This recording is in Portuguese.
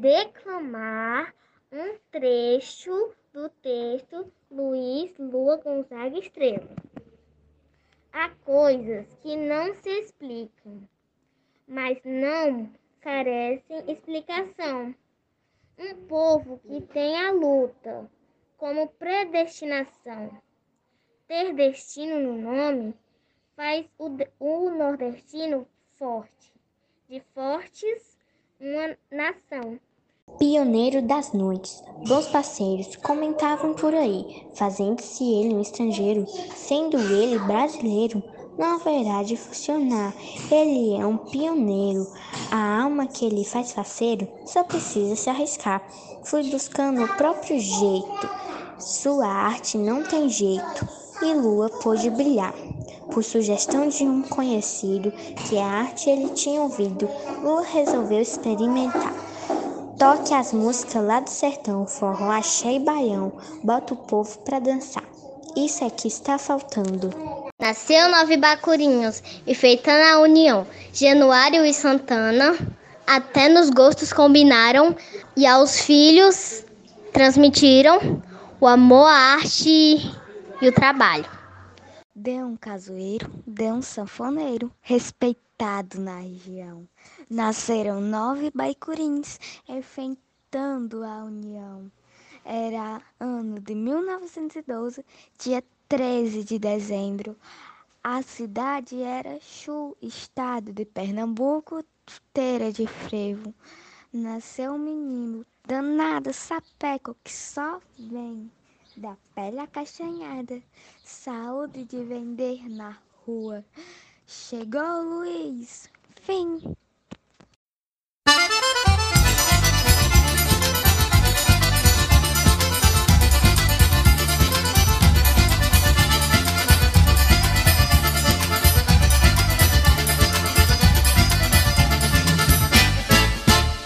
declamar um trecho do texto Luiz Lua Gonzaga Estrela. Há coisas que não se explicam, mas não carecem explicação. Um povo que tem a luta como predestinação, ter destino no nome, faz o nordestino forte, de fortes uma nação. Pioneiro das noites, bons parceiros comentavam por aí, fazendo-se ele um estrangeiro, sendo ele brasileiro, não haverá de funcionar. Ele é um pioneiro, a alma que ele faz faceiro só precisa se arriscar. Fui buscando o próprio jeito, sua arte não tem jeito, e Lua pôde brilhar. Por sugestão de um conhecido que a arte ele tinha ouvido, Lua resolveu experimentar. Toque as músicas lá do sertão, forró, axé e baião, bota o povo pra dançar. Isso é que está faltando. Nasceu 9 bacurinhos e feita na união, Januário e Santana, até nos gostos combinaram e aos filhos transmitiram o amor, a arte e o trabalho. Deu um casoeiro, deu um sanfoneiro, respeitado na região. Nasceram 9 baicurins, enfeitando a união. Era ano de 1912, dia 13 de dezembro. A cidade era Chu, estado de Pernambuco, teira de frevo. Nasceu um menino danado, sapeco, que só vem da pele acastanhada, saúde de vender na rua. Chegou Luiz, fim.